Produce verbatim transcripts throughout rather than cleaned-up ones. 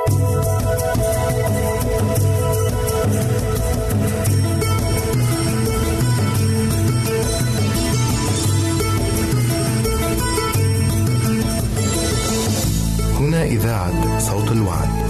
هنا إذاعة صوت الوعد.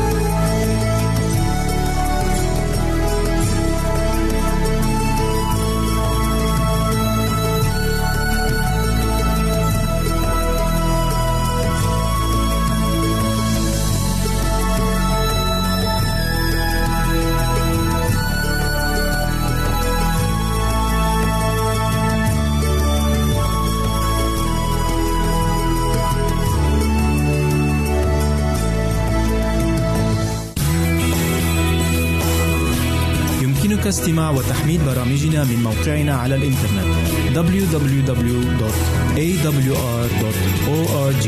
استماع وتحميل برامجنا من موقعنا على الإنترنت دبليو دبليو دبليو دوت إيه دبليو آر دوت أو آر جي.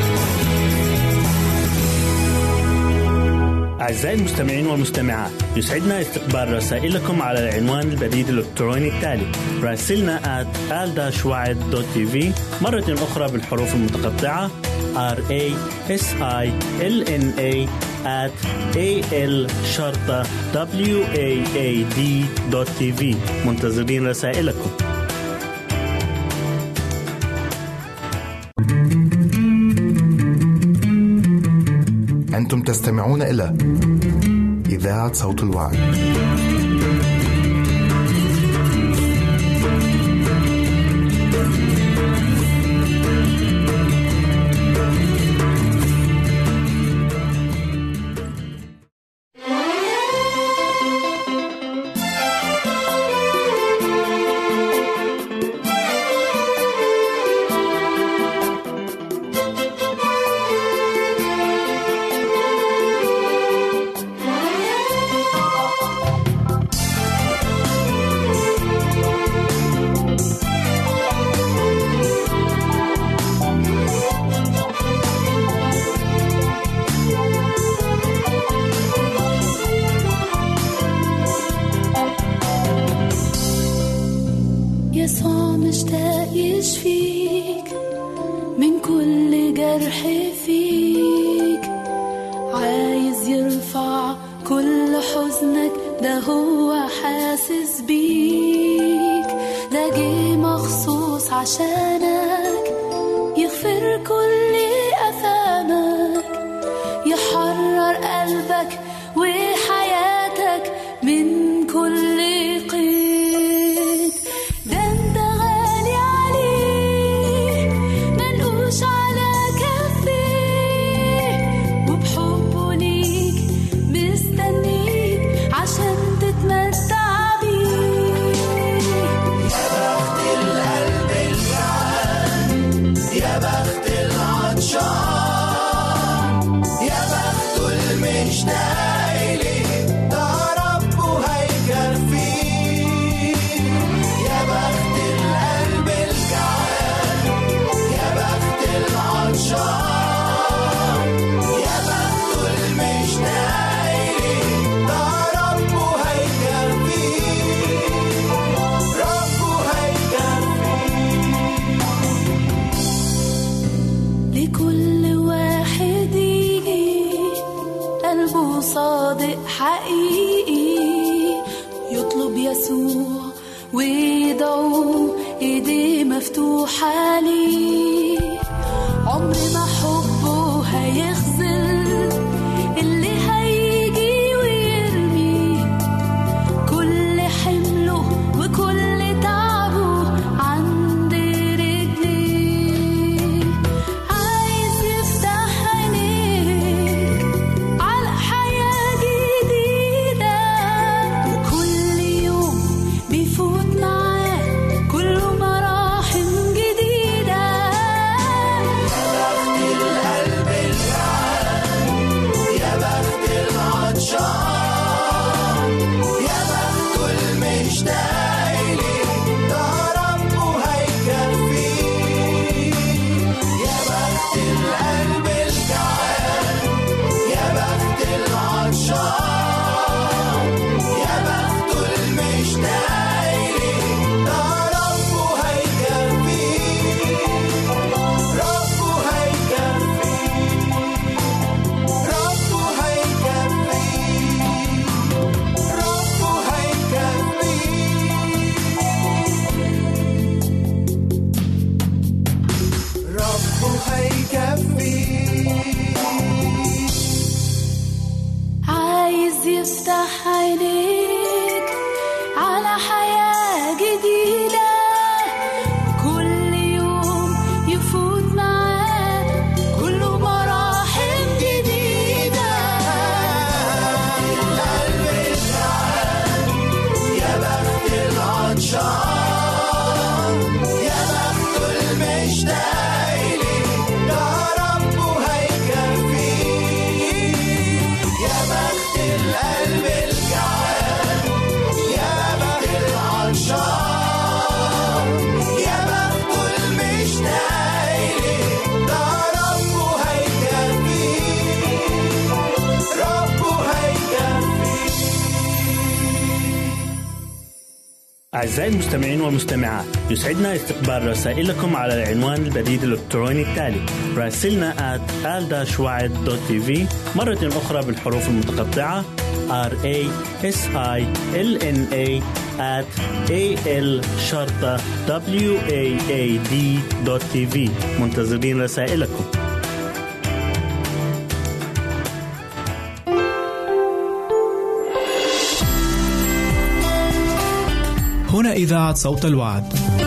أعزائي المستمعين والمستمعات، يسعدنا استقبال رسائلكم على العنوان البريد الإلكتروني التالي: راسلنا آت آل داش وعد دوت تي في، مرة أخرى بالحروف المتقطعة آر إيه إس آي إل إن إيه آت إيه إل شرطة دبليو إيه إيه دي دوت تي في. منتظرين رسائلكم. أنتم تستمعون إلى إذاعة صوت الوعد. يسوع مشتاق يشفيك من كل جرح فيك، عايز يرفع كل حزنك، ده هو حاسس بيك، ده جه مخصوص عشانك يغفر كل أثامك، يحرر قلبك وحياتك من كل قيد. ده انت غالي عليه منقوش على كفيه، وبحبه ليك مستنيك عشان تتمتع بيه. يا بخت القلب الجعان، يا بخت العطشان، يا بخت المشتاق إليه، ده ربه هيكفيه. يا بخت القلب الجعان، يا بخت العطشان، يا بخت المشتاق إليه، ده ربه هيكفيه، ربه هيكفيه. لكل واحد يجي قلبه صادق حقيقي، يطلب يسوع ويدعو ايديه مفتوحة ليه، عمر ما حبه هيخذل اللي هيجي ويرمي كل حمله وكل تعبه عند رجليه. عايز يفتح عينيك على حياة جديدة، وكل يوم بيفوت معاه كله مراحم جديدة. يا بخت القلب الجعان، أعزائي المستمعين والمستمعات، يسعدنا استقبال رسائلكم على العنوان البريد الإلكتروني التالي: راسلنا آت آل داش وعد دوت تي في، مرة أخرى بالحروف المتقطعة آر إيه إس آي إل إن إيه آت إيه إل شرطة دبليو إيه إيه دي دوت تي في. منتظرين رسائلكم. هنا إذاعة صوت الوعد،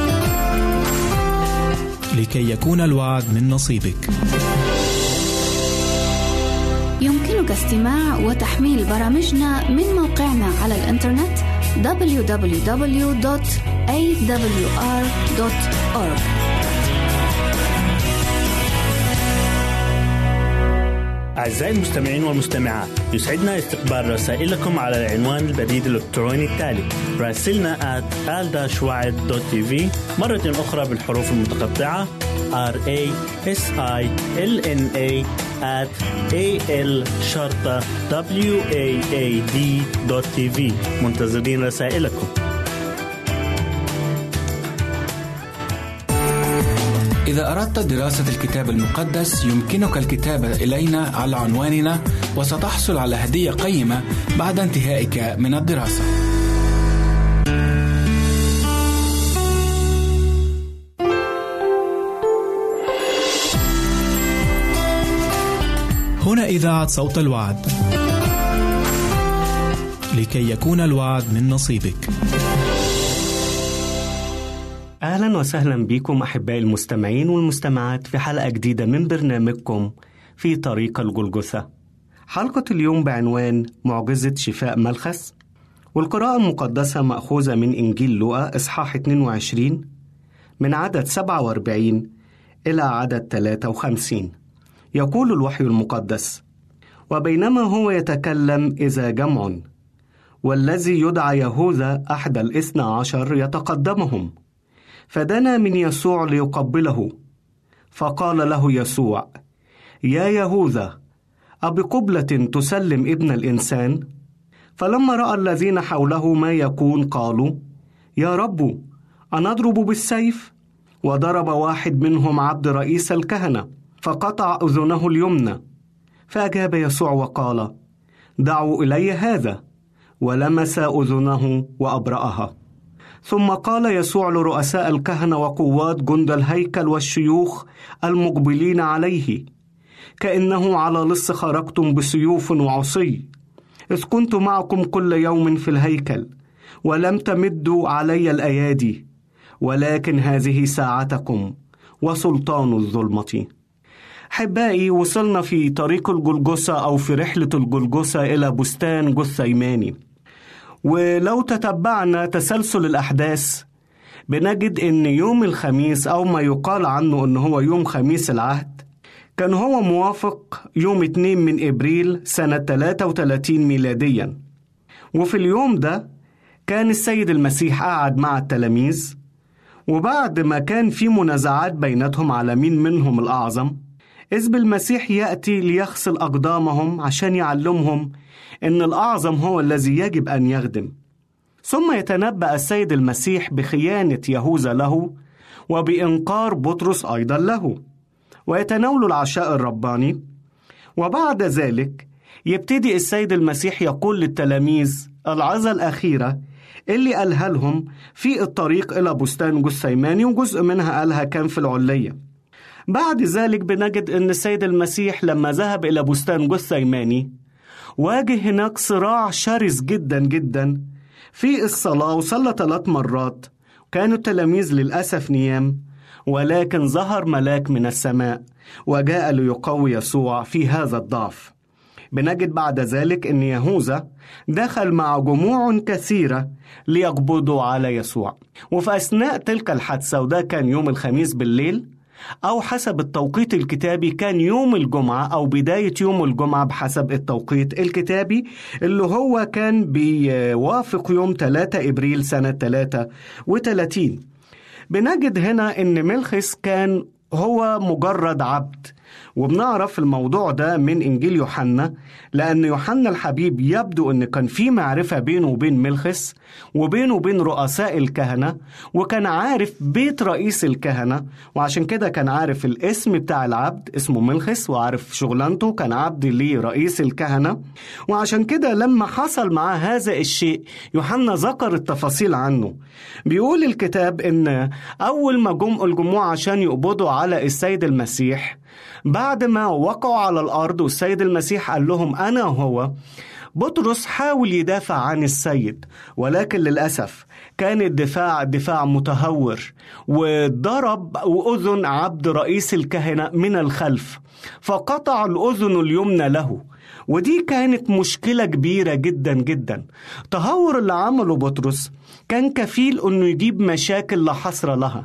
لكي يكون الوعد من نصيبك. يمكنك استماع وتحميل برامجنا من موقعنا على الإنترنت دبليو دبليو دبليو دوت إيه دبليو آر دوت أورج. أعزائي المستمعين والمستمعات، يسعدنا استقبال رسائلكم على العنوان البريد الإلكتروني التالي: راسلنا آت آل داش وعد دوت تي في، مرة أخرى بالحروف المتقطعة آر إيه إس آي إل إن إيه آت إيه إل شرطة دبليو إيه إيه دي دوت تي في. منتظرين رسائلكم. إذا أردت دراسة الكتاب المقدس يمكنك الكتابة إلينا على عنواننا، وستحصل على هدية قيمة بعد انتهائك من الدراسة. هنا إذاعة صوت الوعد، لكي يكون الوعد من نصيبك. أهلا وسهلا بكم أحبائي المستمعين والمستمعات في حلقة جديدة من برنامجكم في طريق الجلجثة. حلقة اليوم بعنوان معجزة شفاء ملخس، والقراءة المقدسة مأخوذة من إنجيل لوقا إصحاح اثنين وعشرين من عدد سبعة وأربعين إلى عدد ثلاثة وخمسين. يقول الوحي المقدس: وبينما هو يتكلم إذا جمع، والذي يدعى يهوذا أحد الاثنى عشر يتقدمهم، فدنا من يسوع ليقبله، فقال له يسوع: يا يهوذا، أبقبلة تسلم ابن الإنسان؟ فلما رأى الذين حوله ما يكون قالوا: يا رب، أنضرب بالسيف؟ وضرب واحد منهم عبد رئيس الكهنة فقطع أذنه اليمنى. فأجاب يسوع وقال: دعوا إلي هذا، ولمس أذنه وأبرأها. ثم قال يسوع لرؤساء الكهنة وقوات جند الهيكل والشيوخ المقبلين عليه: كأنه على لص خرجتم بسيوف وعصي، إذ كنت معكم كل يوم في الهيكل ولم تمدوا علي الأيادي، ولكن هذه ساعتكم وسلطان الظلمة. حبائي، وصلنا في طريق الجلجثة أو في رحلة الجلجثة إلى بستان جثيماني، ولو تتبعنا تسلسل الأحداث بنجد أن يوم الخميس أو ما يقال عنه أنه هو يوم خميس العهد كان هو موافق يوم اثنين من إبريل سنة ثلاثة وثلاثين ميلاديا. وفي اليوم ده كان السيد المسيح قاعد مع التلاميذ، وبعد ما كان في منازعات بيناتهم على مين منهم الأعظم، إذ بالمسيح يأتي ليغسل أقدامهم عشان يعلمهم إن الأعظم هو الذي يجب أن يخدم. ثم يتنبأ السيد المسيح بخيانة يهوذا له وبإنكار بطرس أيضا له، ويتناول العشاء الرباني. وبعد ذلك يبتدي السيد المسيح يقول للتلاميذ العظة الأخيرة اللي قالها لهم في الطريق إلى بستان جثيماني، وجزء منها قالها كان في العلية. بعد ذلك بنجد أن السيد المسيح لما ذهب إلى بستان جثيماني واجه هناك صراع شرس جدا جدا في الصلاة، وصلى ثلاث مرات. كانوا التلاميذ للأسف نيام، ولكن ظهر ملاك من السماء وجاء ليقوي يسوع في هذا الضعف. بنجد بعد ذلك أن يهوذا دخل مع جموع كثيرة ليقبضوا على يسوع. وفي أثناء تلك الحادثة، وده كان يوم الخميس بالليل، أو حسب التوقيت الكتابي كان يوم الجمعة أو بداية يوم الجمعة بحسب التوقيت الكتابي، اللي هو كان بيوافق يوم ثلاثة إبريل سنة ثلاثة وثلاثين. بنجد هنا أن ملخس كان هو مجرد عبد، وبنعرف الموضوع ده من إنجيل يوحنا، لأن يوحنا الحبيب يبدو أن كان في معرفة بينه وبين ملخص وبينه وبين رؤساء الكهنة، وكان عارف بيت رئيس الكهنة، وعشان كده كان عارف الاسم بتاع العبد اسمه ملخص، وعارف شغلانته كان عبد لرئيس الكهنة. وعشان كده لما حصل معاه هذا الشيء يوحنا ذكر التفاصيل عنه. بيقول الكتاب إن أول ما جم الجموع عشان يقبضوا على السيد المسيح، بعد ما وقعوا على الأرض والسيد المسيح قال لهم أنا هو، بطرس حاول يدافع عن السيد، ولكن للأسف كان الدفاع دفاع متهور، وضرب أذن عبد رئيس الكهنة من الخلف فقطع الأذن اليمنى له، ودي كانت مشكلة كبيرة جدا جدا. تهور اللي عمله بطرس كان كفيل أنه يجيب مشاكل لا حصر لها.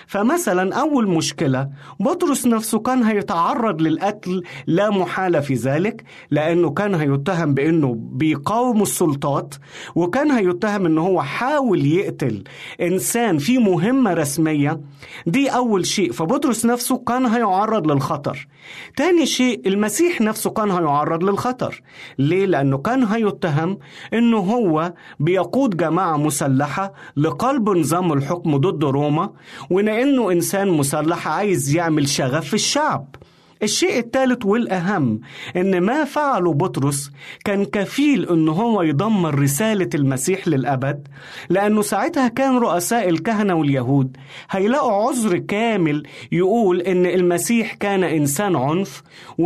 فمثلا أول مشكلة، بطرس نفسه كان هيتعرض للقتل لا محالة في ذلك، لأنه كان هيتهم بأنه بيقاوم السلطات، وكان هيتهم أنه هو حاول يقتل إنسان في مهمة رسمية. دي أول شيء، فبطرس نفسه كان هيعرض للخطر. تاني شيء، المسيح نفسه كان هيعرض للخطر. ليه؟ لأنه كان هيتهم أنه هو بيقود جماعة مسلحة لقلب نظام الحكم ضد روما، وإنه إنسان مسلح عايز يعمل شغف في الشعب. الشيء الثالث والأهم إن ما فعله بطرس كان كفيل إنه هو يدمر رسالة المسيح للأبد، لأنه ساعتها كان رؤساء الكهنة واليهود هيلاقوا عذر كامل يقول إن المسيح كان إنسان عنف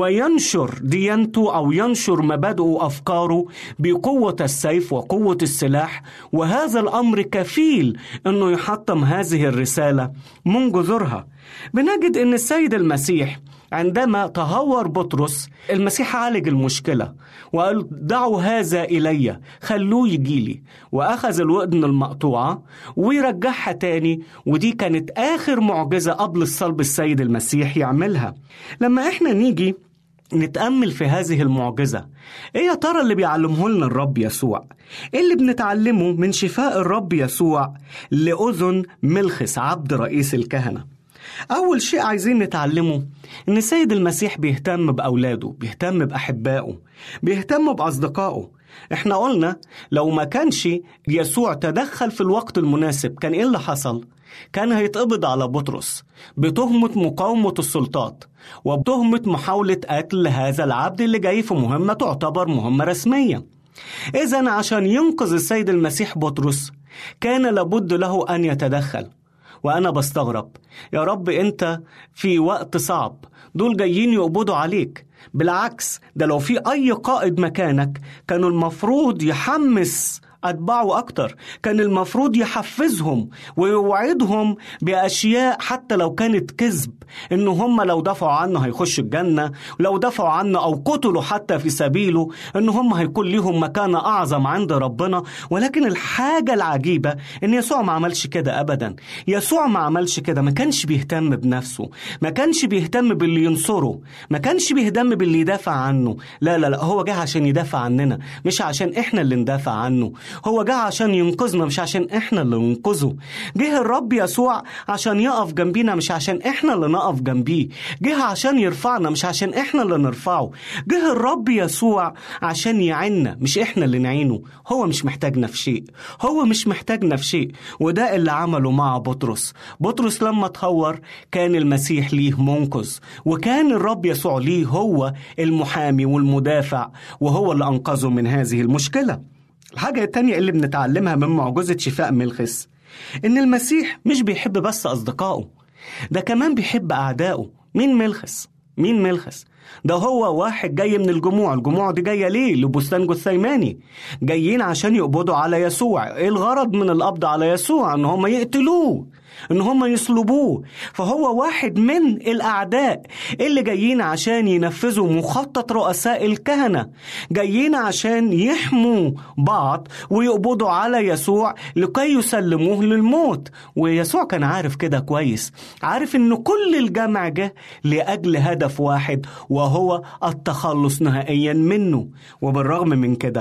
وينشر ديانته أو ينشر مبادئه وأفكاره بقوة السيف وقوة السلاح، وهذا الأمر كفيل إنه يحطم هذه الرسالة من جذورها. بنجد إن السيد المسيح عندما تهور بطرس، المسيح عالج المشكلة وقال دعوا هذا إلي، خلوه يجيلي، وأخذ الودن المقطوعة ويرجعها تاني. ودي كانت آخر معجزة قبل الصلب السيد المسيح يعملها. لما إحنا نيجي نتأمل في هذه المعجزة، إيه يا ترى اللي بيعلمه لنا الرب يسوع؟ إيه اللي بنتعلمه من شفاء الرب يسوع لأذن ملخص عبد رئيس الكهنة؟ أول شيء عايزين نتعلمه إن السيد المسيح بيهتم بأولاده، بيهتم بأحبائه، بيهتم بأصدقائه. إحنا قلنا لو ما كانش يسوع تدخل في الوقت المناسب كان إيه اللي حصل؟ كان هيتقبض على بطرس بتهمة مقاومة السلطات وبتهمة محاولة قتل هذا العبد اللي جاي في مهمة تعتبر مهمة رسمية. إذن عشان ينقذ السيد المسيح بطرس كان لابد له أن يتدخل. وأنا بستغرب، يا رب أنت في وقت صعب، دول جايين يقبضوا عليك. بالعكس، ده لو في أي قائد مكانك كانوا المفروض يحمس أتباعه أكتر، كان المفروض يحفزهم ويوعدهم بأشياء حتى لو كانت كذب، إنه هم لو دفعوا عنه هيخش الجنة، لو دفعوا عنه أو قتلوا حتى في سبيله إن هم هيكون لهم مكانة أعظم عند ربنا. ولكن الحاجة العجيبة إن يسوع ما عملش كده أبدا. يسوع ما عملش كده، ما كانش بيهتم بنفسه، ما كانش بيهتم باللي ينصره، ما كانش بيهتم باللي يدافع عنه. لا لا لا، هو جه عشان يدافع عننا، مش عشان إحنا اللي ندافع عنه. هو جه عشان ينقذنا، مش عشان إحنا اللي ننقذه. جه الرب يسوع عشان يقف جنبينا، مش عشان إحنا اللي نقف جنبيه. جه عشان يرفعنا، مش عشان إحنا اللي نرفعه. جه الرب يسوع عشان يعيننا، مش إحنا اللي نعينه. هو مش محتاجنا في شيء، هو مش محتاجنا في شيء. وده اللي عمله مع بطرس. بطرس لما تهور كان المسيح ليه منقذ، وكان الرب يسوع ليه هو المحامي والمدافع، وهو اللي أنقذه من هذه المشكلة. الحاجة التانية اللي بنتعلمها من معجزة شفاء ملخص إن المسيح مش بيحب بس أصدقائه، ده كمان بيحب أعدائه. مين ملخص؟ مين ملخص؟ ده هو واحد جاي من الجموع. الجموع دي جاية ليه؟ لبستان جثيماني، جايين عشان يقبضوا على يسوع. ايه الغرض من القبض على يسوع؟ ان هم يقتلوه، ان هم يصلبوه. فهو واحد من الأعداء اللي جايين عشان ينفذوا مخطط رؤساء الكهنة، جايين عشان يحموا بعض ويقبضوا على يسوع لكي يسلموه للموت. ويسوع كان عارف كده كويس، عارف ان كل الجمع جه لأجل هدف واحد، وهو التخلص نهائيا منه. وبالرغم من كده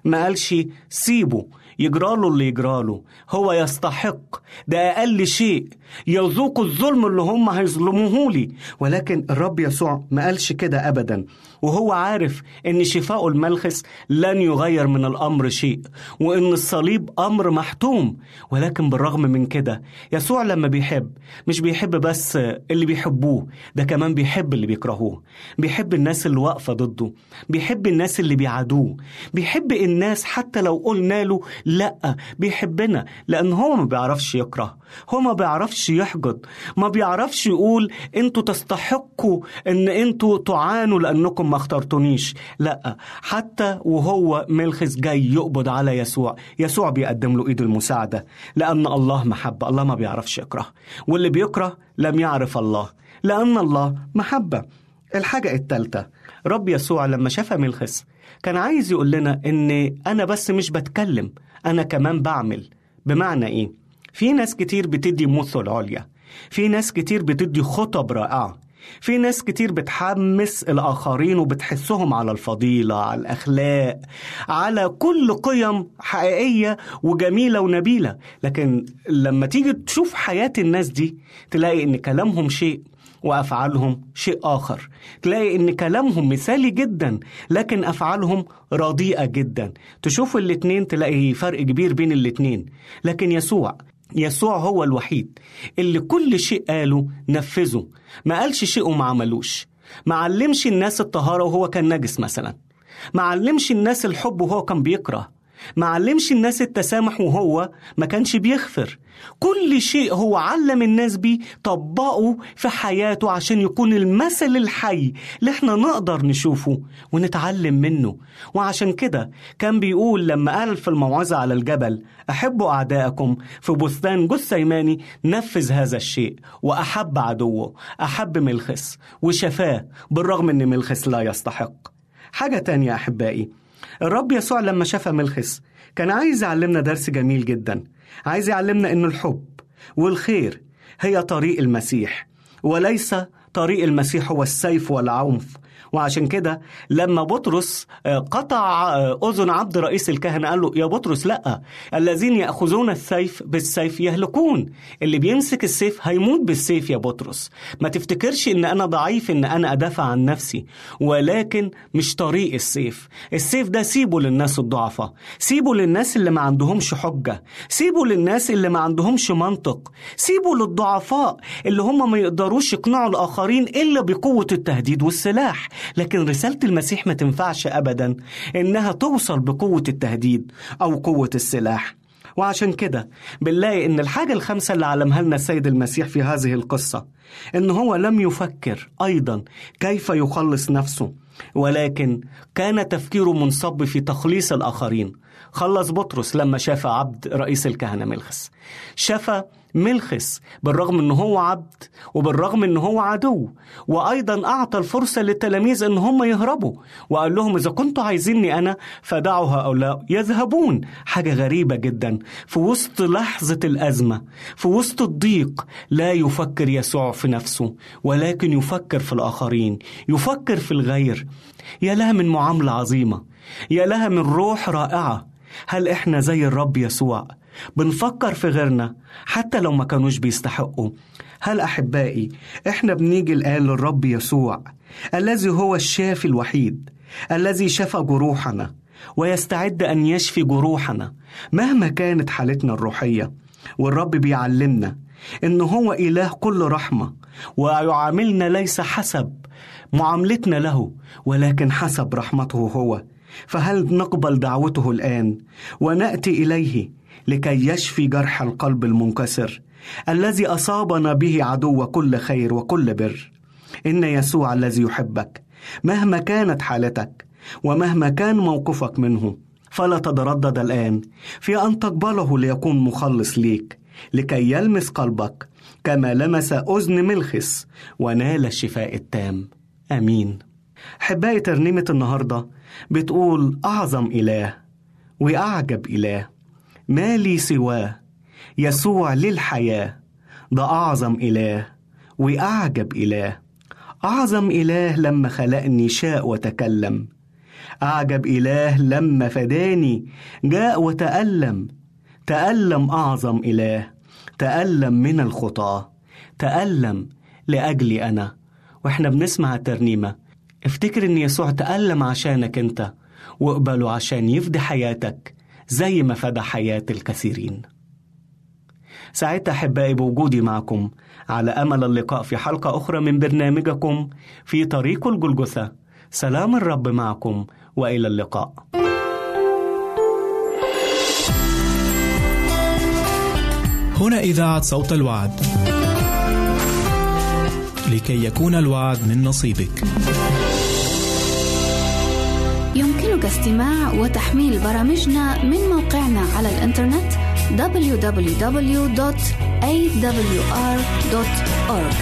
ما قالش سيبه يجراله اللي يجراله، هو يستحق، ده أقل شيء، يذوق الظلم اللي هم هيظلموه لي. ولكن الرب يسوع ما قالش كده أبدا، وهو عارف إن شفاء الملخص لن يغير من الأمر شيء، وإن الصليب أمر محتوم. ولكن بالرغم من كده يسوع لما بيحب مش بيحب بس اللي بيحبوه، ده كمان بيحب اللي بيكرهوه، بيحب الناس اللي واقفة ضده، بيحب الناس اللي بيعادوه، بيحب الناس حتى لو قلنا له لأ، بيحبنا لأن هو ما بيعرفش يكره، هو ما بيعرفش يحقد، ما بيعرفش يقول انتوا تستحقوا ان انتوا تعانوا لأنكم ما اخترتونيش. لأ، حتى وهو ملخص جاي يقبض على يسوع، يسوع بيقدم له ايد المساعدة، لأن الله محبة، الله ما بيعرفش يكره، واللي بيكره لم يعرف الله، لأن الله محبة. الحاجة الثالثة، رب يسوع لما شاف ملخص كان عايز يقول لنا ان انا بس مش بتكلم، انا كمان بعمل. بمعنى ايه؟ في ناس كتير بتدي مثل عليا، في ناس كتير بتدي خطب رائعة، في ناس كتير بتحمس الآخرين وبتحسهم على الفضيلة، على الأخلاق، على كل قيم حقيقية وجميلة ونبيلة. لكن لما تيجي تشوف حياة الناس دي تلاقي إن كلامهم شيء وأفعالهم شيء آخر، تلاقي إن كلامهم مثالي جدا لكن أفعالهم رديئة جدا. تشوف الاتنين تلاقي فرق كبير بين الاتنين. لكن يسوع يسوع هو الوحيد اللي كل شيء قاله نفذه، ما قالش شيء وما عملوش، ما علمش الناس الطهارة وهو كان نجس مثلا، ما علمش الناس الحب وهو كان بيكره، ما علمش الناس التسامح وهو ما كانش بيغفر. كل شيء هو علم الناس بيه طبقه في حياته عشان يكون المثل الحي اللي احنا نقدر نشوفه ونتعلم منه. وعشان كده كان بيقول لما قال في الموعظة على الجبل أحبوا أعداءكم، في بستان جثيماني نفذ هذا الشيء، وأحب عدوه، أحب ملخص وشفاه بالرغم أن ملخص لا يستحق. حاجة تانية أحبائي، الرب يسوع لما شاف ملخص كان عايز يعلمنا درس جميل جدا، عايز يعلمنا إن الحب والخير هي طريق المسيح، وليس طريق المسيح هو السيف والعنف. وعشان كده لما بطرس قطع أذن عبد رئيس الكهنة قال له يا بطرس لأ، الذين يأخذون السيف بالسيف يهلكون، اللي بيمسك السيف هيموت بالسيف يا بطرس. ما تفتكرش إن أنا ضعيف إن أنا أدافع عن نفسي، ولكن مش طريق السيف. السيف ده سيبه للناس الضعفة، سيبه للناس اللي ما عندهمش حجة، سيبه للناس اللي ما عندهمش منطق، سيبه للضعفاء اللي هم ما يقدروش يقنعوا الآخرين إلا بقوة التهديد والسلاح. لكن رسالة المسيح ما تنفعش أبدا إنها توصل بقوة التهديد أو قوة السلاح. وعشان كده بنلاقي إن الحاجة الخامسة اللي علمها لنا السيد المسيح في هذه القصة إن هو لم يفكر أيضا كيف يخلص نفسه، ولكن كان تفكيره منصب في تخليص الآخرين. خلص بطرس لما شاف عبد رئيس الكهنة ملخص، شاف ملخص بالرغم أنه هو عبد وبالرغم أنه هو عدو، وأيضا أعطى الفرصة للتلاميذ أن هم يهربوا، وقال لهم إذا كنتوا عايزيني أنا فدعوا هؤلاء يذهبون. حاجة غريبة جدا، في وسط لحظة الأزمة، في وسط الضيق، لا يفكر يسوع في نفسه ولكن يفكر في الآخرين، يفكر في الغير. يا لها من معاملة عظيمة، يا لها من روح رائعة. هل إحنا زي الرب يسوع بنفكر في غيرنا حتى لو ما كانوش بيستحقوا؟ هل أحبائي إحنا بنيجي الآن للرب يسوع الذي هو الشافي الوحيد، الذي شفى جروحنا ويستعد أن يشفي جروحنا مهما كانت حالتنا الروحية؟ والرب بيعلمنا إنه هو إله كل رحمة، ويعاملنا ليس حسب معاملتنا له ولكن حسب رحمته هو. فهل نقبل دعوته الآن ونأتي إليه لكي يشفي جرح القلب المنكسر الذي أصابنا به عدو كل خير وكل بر؟ إن يسوع الذي يحبك مهما كانت حالتك ومهما كان موقفك منه، فلا تتردد الآن في أن تقبله ليكون مخلص ليك، لكي يلمس قلبك كما لمس أذن ملخص ونال الشفاء التام. آمين. حباية ترنيمة النهاردة بتقول أعظم إله وأعجب إله، ما لي سواه، يسوع للحياة، ده أعظم إله وأعجب إله. أعظم إله لما خلقني شاء وتكلم، أعجب إله لما فداني، جاء وتألم، تألم أعظم إله، تألم من الخطاة، تألم لأجلي أنا. وإحنا بنسمع الترنيمة افتكر إن يسوع تألم عشانك أنت، واقبله عشان يفدي حياتك زي ما فدى حياة الكثيرين. سعدت أحبائي بوجودي معكم، على أمل اللقاء في حلقة أخرى من برنامجكم في طريق الجلجثة. سلام الرب معكم وإلى اللقاء. هنا إذاعة صوت الوعد، لكي يكون الوعد من نصيبك. يمكنك استماع وتحميل برامجنا من موقعنا على الإنترنت دبليو دبليو دبليو دوت إيه دبليو آر دوت أورج.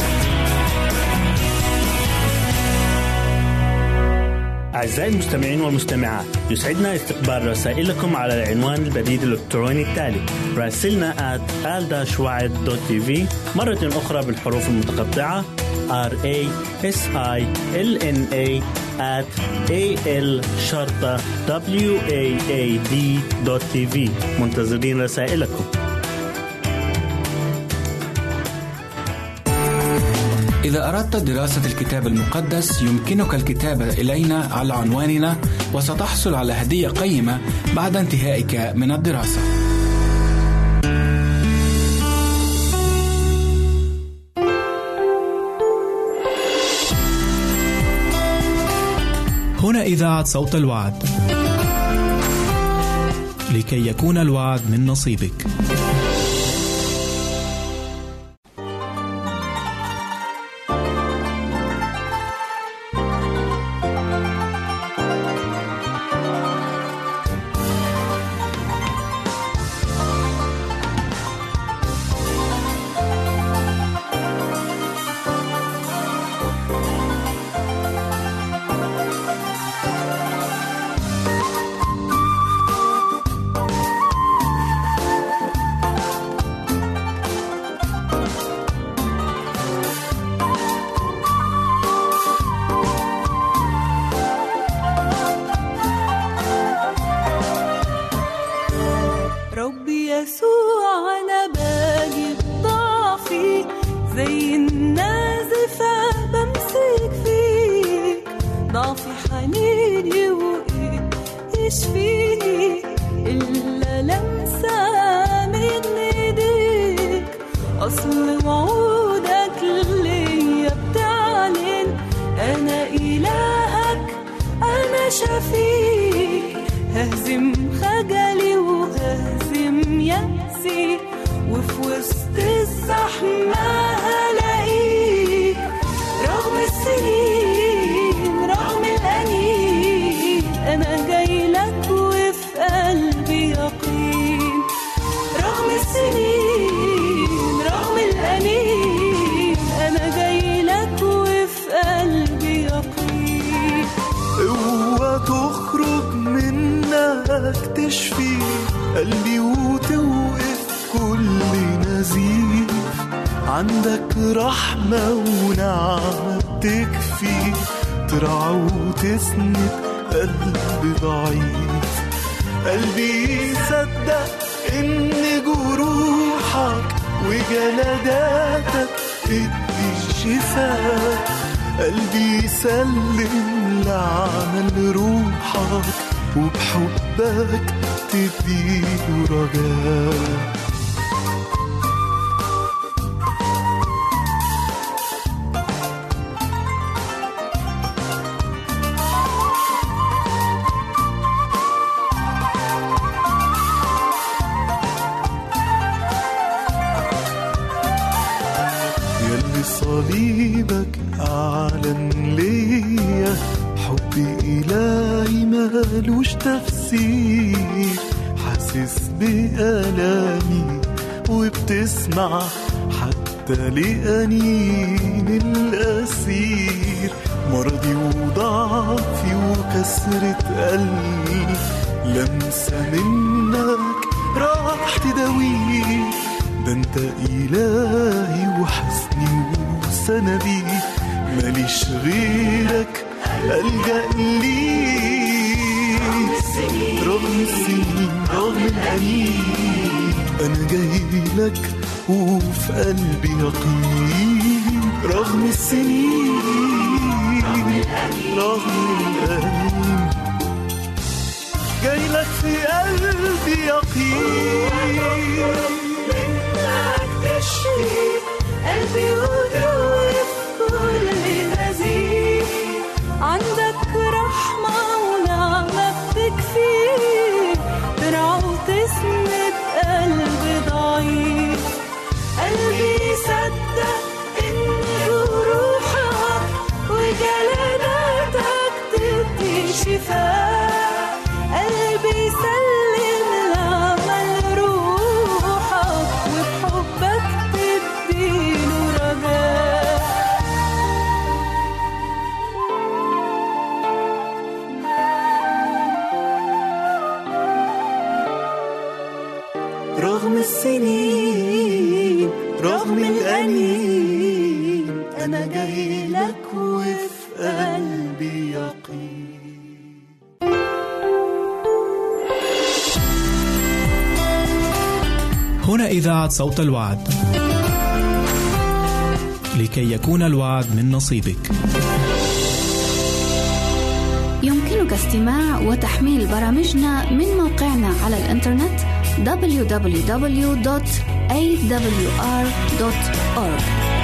أعزائي المستمعين والمستمعات، يسعدنا استقبال رسائلكم على العنوان البريد الإلكتروني التالي: راسلنا آت آل داش وعد دوت تي في، مرة أخرى بالحروف المتقطعة آر إيه إس آي إل إن إيه آت إيه إل شرطة دبليو إيه إيه دي دوت تي في. منتظرين رسائلكم. إذا أردت دراسة الكتاب المقدس يمكنك الكتابة إلينا على عنواننا، وستحصل على هدية قيمة بعد انتهائك من الدراسة. هنا إذاعة صوت الوعد، لكي يكون الوعد من نصيبك. ههزم خجلي وههزم يأسي، وفي وسط الزحمة هلاقيك. رغم السنين رغم الأنين أنا جاي لك وفي قلبي يقين. رغم السنين رغم الأنين أنا جاي لك وفي قلبي يقين. قوة تخرج منك تشفي قلبي وتوقف كل نزيف. عندك رحمة ونعمة بتكفي، ترعى وتسند قلبي ضعيف. قلبي يصدق إن جروحك وجلداتك تدي شفاء. قلبي يسلم لعمل روحك وبحبك تديله رجاء. يلي صليبك أعلن ليا حبي إلهي مالوش تفسير. حاسس بألامي وبتسمع حتى لأنين الأسير. مرضي وضعفي وكسرة قلبي لمسة منك راح تداويه. ده انت إلهي وحسني وسندي، ماليش غيرك ألجأ ليك رغم السنين رغم الأنين. أنا جاي لك وفي قلبي يقين رغم السنين رغم الأنين. جاي لك في قلبي يقين منك تشفي قلبي وتوقف كل هزيم. عندك رحمة ونعمة بتكفي ترعى وتسند قلب ضعيف. قلبي يصدق إن روحك وجلالاتك تدي شفاء. قلبي يسلم لعمل روحك وبحبك تديله رجاء. رغم السنين رغم الأنين. أنا جاي لك وفي قلبي يقين. هنا إذاعة صوت الوعد، لكي يكون الوعد من نصيبك. يمكنك استماع وتحميل برامجنا من موقعنا على الإنترنت دبليو دبليو دبليو دوت إيه دبليو آر دوت أورج.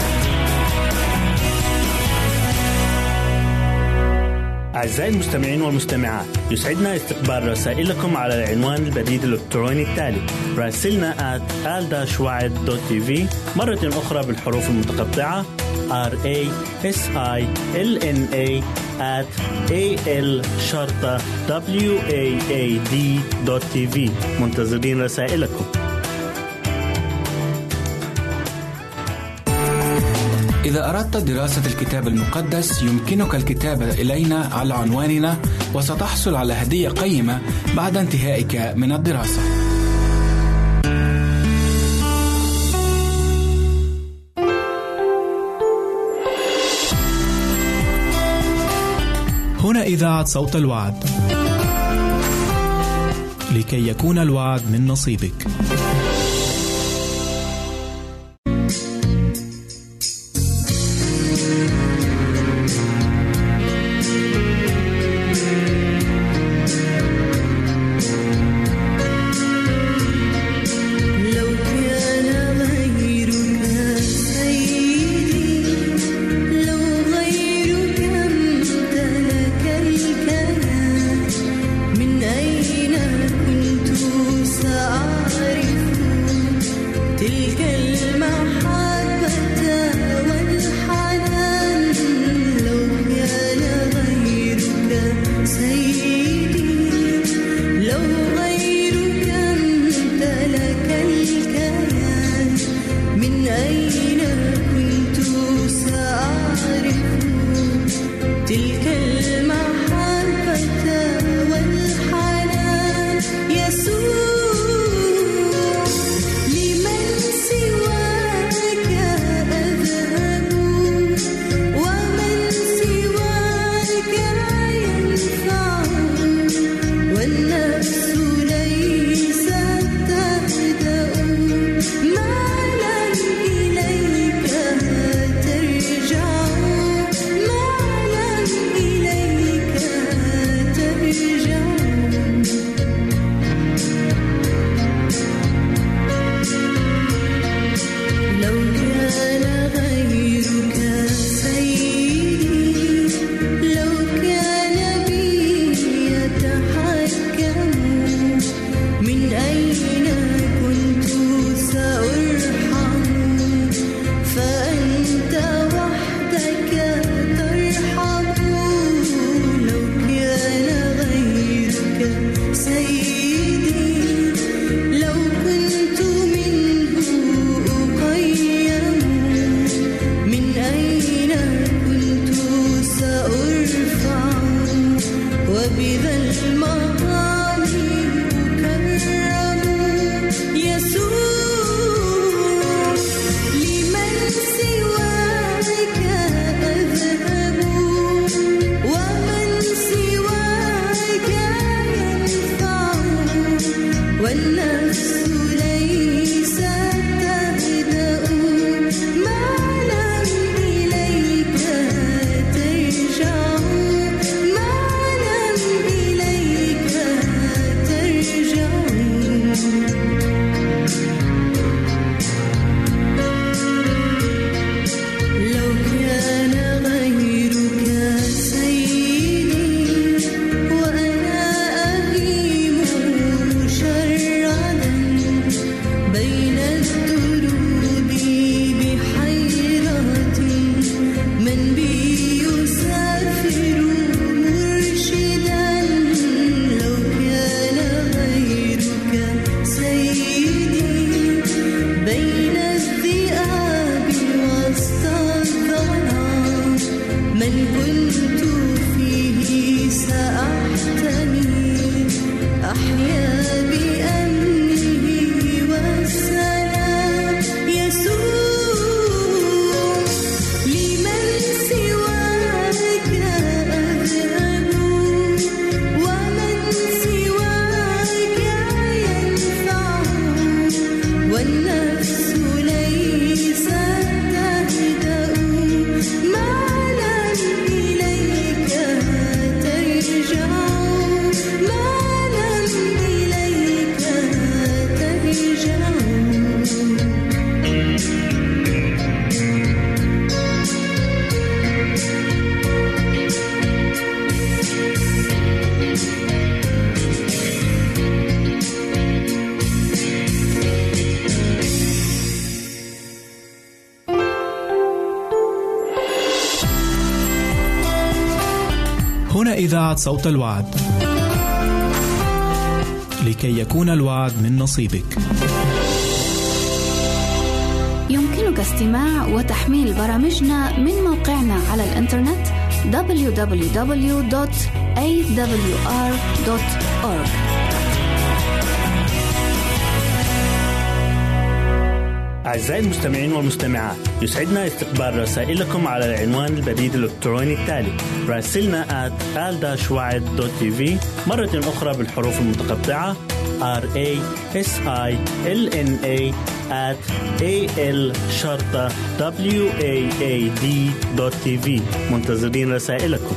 أعزائي المستمعين والمستمعات، يسعدنا استقبال رسائلكم على العنوان البريد الإلكتروني التالي: راسلنا آت آل داش وعد دوت تي في، مرة أخرى بالحروف المتقطعة آر إيه إس آي إل إن إيه آت إيه إل شرطة دبليو إيه إيه دي دوت تي في. منتظرين رسائلكم. إذا أردت دراسة الكتاب المقدس يمكنك الكتابة إلينا على عنواننا، وستحصل على هدية قيمة بعد انتهائك من الدراسة. هنا إذاعة صوت الوعد، لكي يكون الوعد من نصيبك. من أين كنت سأعرف إذاعة صوت الوعد. لكي يكون الوعد من نصيبك، يمكنك استماع وتحميل برامجنا من موقعنا على الإنترنت دبليو دبليو دبليو دوت إيه دبليو آر دوت أورج. أعزائي المستمعين والمستمعات، يسعدنا استقبال رسائلكم على العنوان البريد الإلكتروني التالي: راسلنا آت آل وعد دوت تي في، مرة أخرى بالحروف المتقطعة آر إيه إس آي إل إن إيه آت إيه إل شرطة دبليو إيه إيه دي دوت تي في. منتظرين رسائلكم.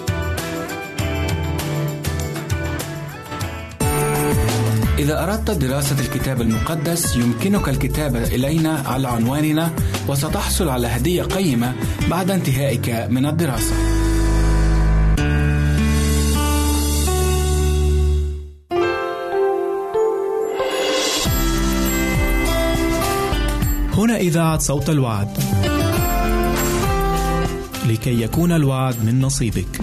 إذا أردت دراسة الكتاب المقدس يمكنك الكتابة إلينا على عنواننا، وستحصل على هدية قيمة بعد انتهائك من الدراسة. هنا إذاعة صوت الوعد. لكي يكون الوعد من نصيبك.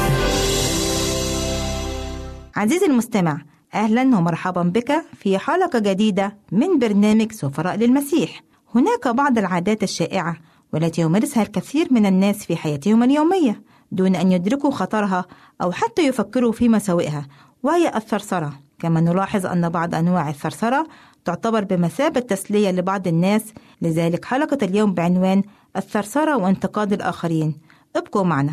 عزيزي المستمع، أهلا ومرحبا بك في حلقة جديدة من برنامج سفراء للمسيح. هناك بعض العادات الشائعة والتي يمارسها الكثير من الناس في حياتهم اليومية دون أن يدركوا خطرها أو حتى يفكروا في مساوئها، وهي الثرثرة. كما نلاحظ أن بعض أنواع الثرثرة تعتبر بمثابة تسلية لبعض الناس. لذلك حلقة اليوم بعنوان الثرثرة وانتقاد الآخرين. ابقوا معنا.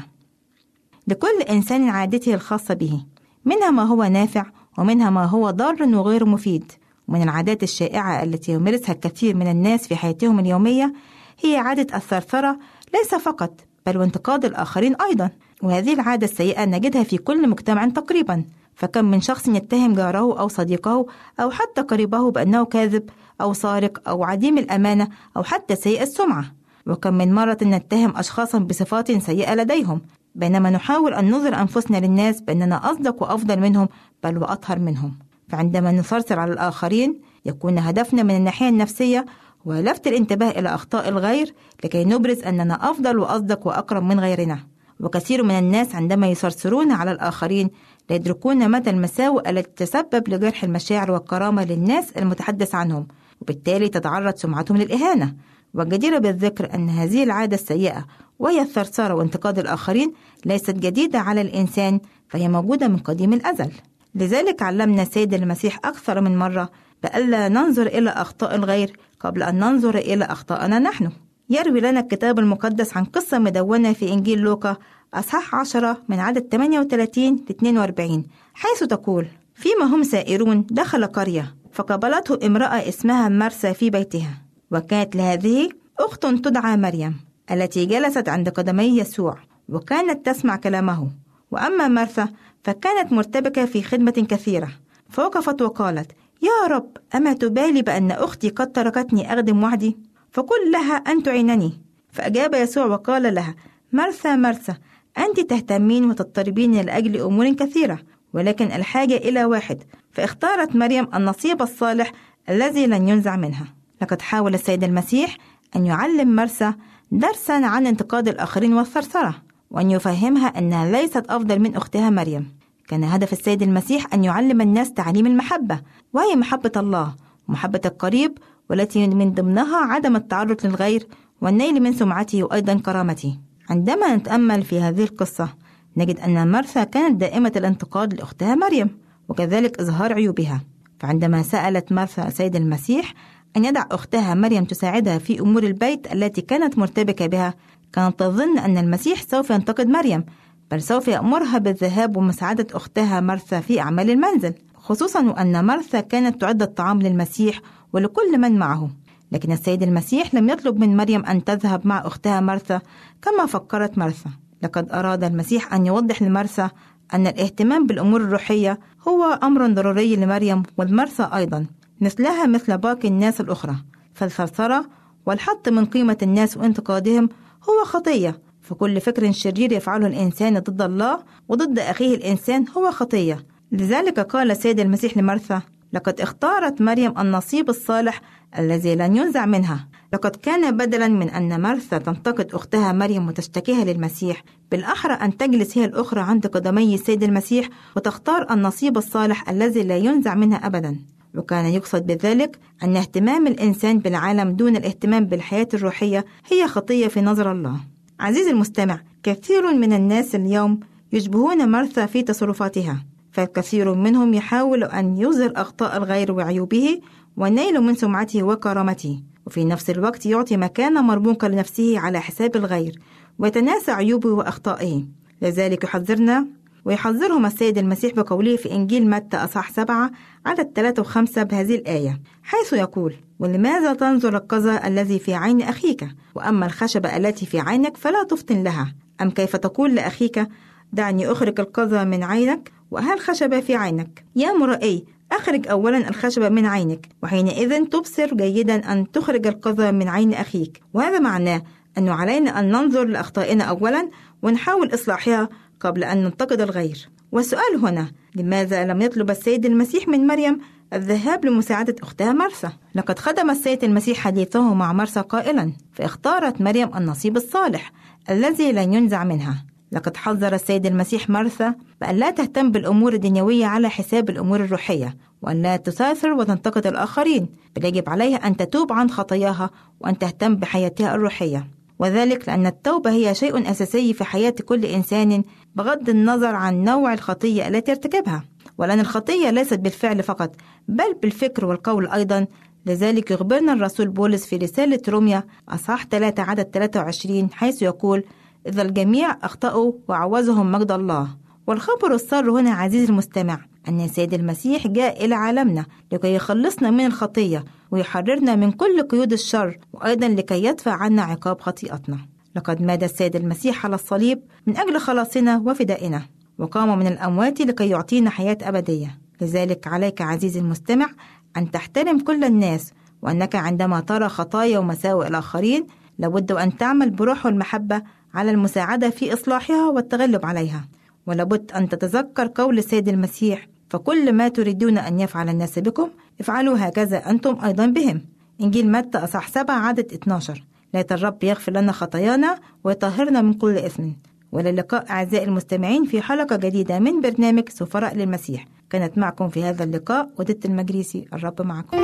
لكل إنسان عادته الخاصة به، منها ما هو نافع ومنها ما هو ضار وغير مفيد. ومن العادات الشائعة التي يمارسها الكثير من الناس في حياتهم اليومية هي عادة الثرثرة، ليس فقط بل وانتقاد الآخرين أيضا. وهذه العادة السيئة نجدها في كل مجتمع تقريبا. فكم من شخص يتهم جاره أو صديقه أو حتى قريبه بأنه كاذب أو سارق أو عديم الأمانة أو حتى سيء السمعة. وكم من مرة نتهم أشخاصا بصفات سيئة لديهم، بينما نحاول أن نظهر أنفسنا للناس بأننا أصدق وأفضل منهم بل وأطهر منهم. فعندما نثرثر على الآخرين يكون هدفنا من الناحية النفسية هو لفت الانتباه إلى أخطاء الغير لكي نبرز أننا أفضل وأصدق وأكرم من غيرنا. وكثير من الناس عندما يثرثرون على الآخرين لا يدركون مدى المساوئ التي تسبب لجرح المشاعر والكرامة للناس المتحدث عنهم، وبالتالي تتعرض سمعتهم للإهانة. والجدير بالذكر أن هذه العادة السيئة وهي الثرثرة وانتقاد الآخرين ليست جديدة على الإنسان، فهي موجودة من قديم الأزل. لذلك علمنا السيد المسيح أكثر من مرة بألا ننظر إلى أخطاء الغير قبل أن ننظر إلى أخطائنا نحن. يروي لنا الكتاب المقدس عن قصة مدونة في إنجيل لوقا أصحاح عشرة من عدد ثمانية وثلاثين ل اثنين وأربعين، حيث تقول: فيما هم سائرون دخل قرية فقبلته امرأة اسمها مرثا في بيتها، وكانت لهذه أخت تدعى مريم التي جلست عند قدمي يسوع وكانت تسمع كلامه. وأما مرثا فكانت مرتبكة في خدمة كثيرة، فوقفت وقالت: يا رب، أما تبالي بأن أختي قد تركتني أخدم وحدي؟ فقل لها أن تعينني. فأجاب يسوع وقال لها: مرثا مرثا، أنت تهتمين وتضطربين لأجل أمور كثيرة، ولكن الحاجة إلى واحد، فاختارت مريم النصيب الصالح الذي لن ينزع منها. لقد حاول السيد المسيح أن يعلم مرثا درسا عن انتقاد الآخرين والثرثرة، وأن يفهمها أنها ليست أفضل من أختها مريم. كان هدف السيد المسيح أن يعلم الناس تعليم المحبة، وهي محبة الله ومحبة القريب، والتي من ضمنها عدم التعرض للغير والنيل من سمعته وأيضا كرامته. عندما نتأمل في هذه القصة نجد أن مرثا كانت دائمة الانتقاد لأختها مريم، وكذلك إظهار عيوبها. فعندما سألت مرثا السيد المسيح أن يدع أختها مريم تساعدها في أمور البيت التي كانت مرتبكة بها، كانت تظن أن المسيح سوف ينتقد مريم، بل سوف يأمرها بالذهاب ومساعدة أختها مرثا في أعمال المنزل، خصوصا وأن مرثا كانت تعد الطعام للمسيح ولكل من معه. لكن السيد المسيح لم يطلب من مريم أن تذهب مع أختها مرثا كما فكرت مرثا. لقد أراد المسيح أن يوضح لمرثا أن الاهتمام بالأمور الروحية هو أمر ضروري لمريم والمرثا أيضا، مثلها مثل باقي الناس الأخرى. فالثرثرة والحط من قيمة الناس وانتقادهم هو خطية، فكل فكر شرير يفعله الإنسان ضد الله وضد أخيه الإنسان هو خطية. لذلك قال السيد المسيح لمرثا: لقد اختارت مريم النصيب الصالح الذي لن ينزع منها. لقد كان بدلا من أن مرثا تنتقد أختها مريم وتشتكيها للمسيح، بالأحرى أن تجلس هي الأخرى عند قدمي السيد المسيح وتختار النصيب الصالح الذي لا ينزع منها أبدا. وكان يقصد بذلك أن اهتمام الإنسان بالعالم دون الاهتمام بالحياة الروحية هي خطية في نظر الله. عزيزي المستمع، كثير من الناس اليوم يشبهون مرثا في تصرفاتها، فالكثير منهم يحاول أن يظهر أخطاء الغير وعيوبه والنيل من سمعته وكرامته، وفي نفس الوقت يعطي مكانة مرموقة لنفسه على حساب الغير ويتناسى عيوبه وأخطائه. لذلك يحذرنا ويحذرهم السيد المسيح بقوله في إنجيل متى أصحاح سبعة عدد ثلاثة وخمسة بهذه الآية، حيث يقول: ولماذا تنظر القذى الذي في عين أخيك وأما الخشبة التي في عينك فلا تفطن لها؟ أم كيف تقول لأخيك دعني أخرج القذى من عينك وهل خشبة في عينك؟ يا مرائي، أخرج أولا الخشبة من عينك وحينئذ تبصر جيدا أن تخرج القذى من عين أخيك. وهذا معناه أنه علينا أن ننظر لأخطائنا أولا ونحاول إصلاحها قبل أن ننتقد الغير. والسؤال هنا: لماذا لم يطلب السيد المسيح من مريم الذهاب لمساعدة أختها مرثا؟ لقد خدم السيد المسيح حديثه مع مرثا قائلا: فاختارت مريم النصيب الصالح الذي لن ينزع منها. لقد حذر السيد المسيح مرثا بأن لا تهتم بالأمور الدنيوية على حساب الأمور الروحية، وأن لا تسافر وتنتقد الآخرين، بل يجب عليها أن تتوب عن خطاياها وأن تهتم بحياتها الروحية. وذلك لأن التوبة هي شيء أساسي في حياة كل إنسان بغض النظر عن نوع الخطية التي ارتكبها، ولأن الخطية ليست بالفعل فقط بل بالفكر والقول أيضا. لذلك يخبرنا الرسول بولس في رسالة روميا أصحاح ثلاثة عدد ثلاثة وعشرين حيث يقول: إذا الجميع أخطأوا وعوزهم مجد الله. والخبر السار هنا عزيزي المستمع أن السيد المسيح جاء إلى عالمنا لكي يخلصنا من الخطية ويحررنا من كل قيود الشر، وأيضا لكي يدفع عنا عقاب خطيئتنا. لقد مات السيد المسيح على الصليب من أجل خلاصنا وفدائنا، وقام من الأموات لكي يعطينا حياة أبدية. لذلك عليك عزيزي المستمع أن تحترم كل الناس، وأنك عندما ترى خطايا ومساوئ الآخرين لابد أن تعمل بروح المحبة على المساعدة في إصلاحها والتغلب عليها. ولابد أن تتذكر قول السيد المسيح: فكل ما تريدون أن يفعل الناس بكم افعلوا هكذا أنتم أيضا بهم. إنجيل متى أصحاح سبعة عدد اثناشر. لا الرب يغفر لنا خطايانا ويطهرنا من كل إثم. وللقاء أعزائي المستمعين في حلقة جديدة من برنامج سفراء للمسيح. كانت معكم في هذا اللقاء ودت المجريسي. الرب معكم.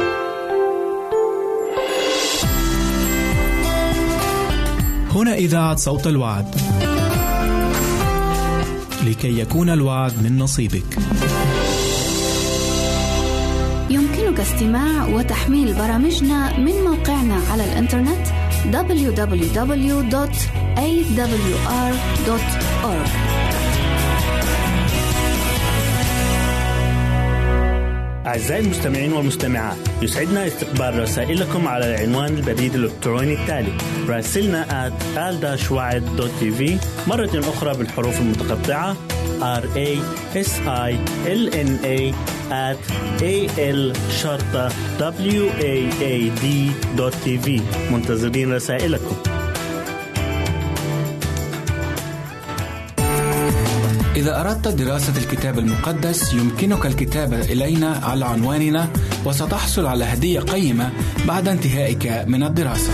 هنا إذاعة صوت الوعد، لكي يكون الوعد من نصيبك. يمكنك استماع وتحميل برامجنا من موقعنا على الإنترنت دبليو دبليو دبليو دوت إيه دبليو آر دوت أورج. أعزائي المستمعين والمستمعات، يسعدنا استقبال رسائلكم على العنوان البريد الإلكتروني التالي: راسلنا آت آل داش وعد دوت تي في، مرة أخرى بالحروف المتقطعة آر إيه إس آي إل إن إيه آت إيه إل شرطة دبليو إيه إيه دي دوت تي في. منتظرين رسائلكم. إذا أردت دراسة الكتاب المقدس يمكنك الكتابة إلينا على عنواننا، وستحصل على هدية قيمة بعد انتهائك من الدراسة.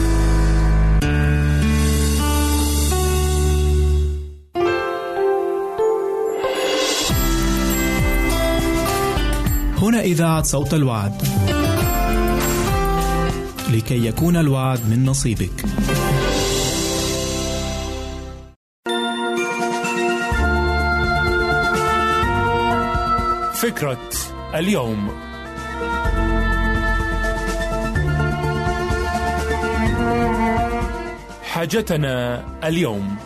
هنا إذاعة صوت الوعد، لكي يكون الوعد من نصيبك. فكرة اليوم. حاجتنا اليوم.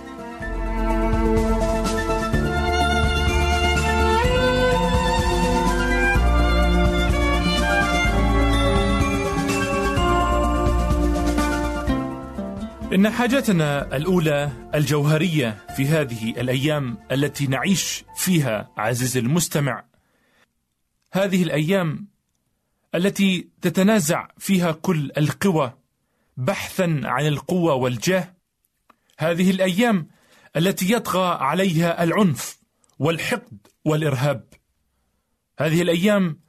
إن حاجتنا الأولى الجوهرية في هذه الأيام التي نعيش فيها عزيزي المستمع، هذه الأيام التي تتنازع فيها كل القوى بحثا عن القوة والجاه، هذه الأيام التي يطغى عليها العنف والحقد والإرهاب، هذه الأيام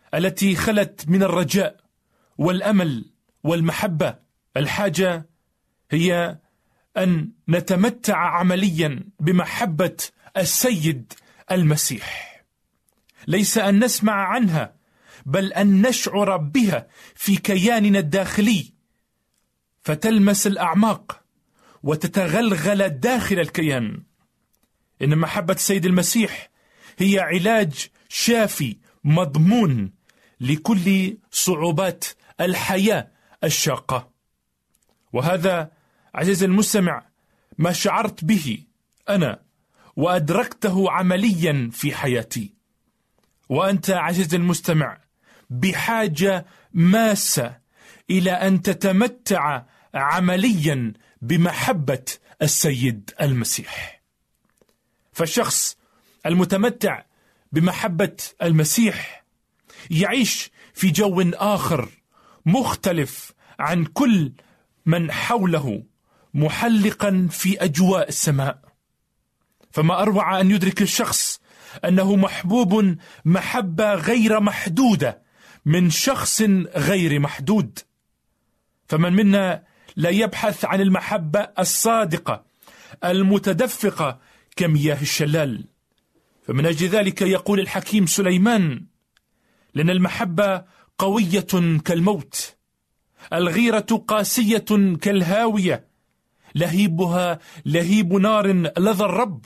التي خلت من الرجاء والأمل والمحبة. الحاجة هي أن نتمتع عمليا بمحبة السيد المسيح، ليس أن نسمع عنها بل أن نشعر بها في كياننا الداخلي فتلمس الأعماق وتتغلغل داخل الكيان. إن محبة السيد المسيح هي علاج شافي مضمون لكل صعوبات الحياة الشاقة. وهذا عزيزي المستمع ما شعرت به أنا وأدركته عمليا في حياتي، وأنت عزيزي المستمع بحاجة ماسة إلى أن تتمتع عمليا بمحبة السيد المسيح. فالشخص المتمتع بمحبة المسيح يعيش في جو آخر مختلف عن كل من حوله، محلقا في أجواء السماء. فما أروع أن يدرك الشخص أنه محبوب محبة غير محدودة من شخص غير محدود. فمن منا لا يبحث عن المحبة الصادقة المتدفقة كمياه الشلال؟ فمن أجل ذلك يقول الحكيم سليمان: لأن المحبة قوية كالموت، الغيرة قاسية كالهاوية، لهيبها لهيب نار لظى الرب.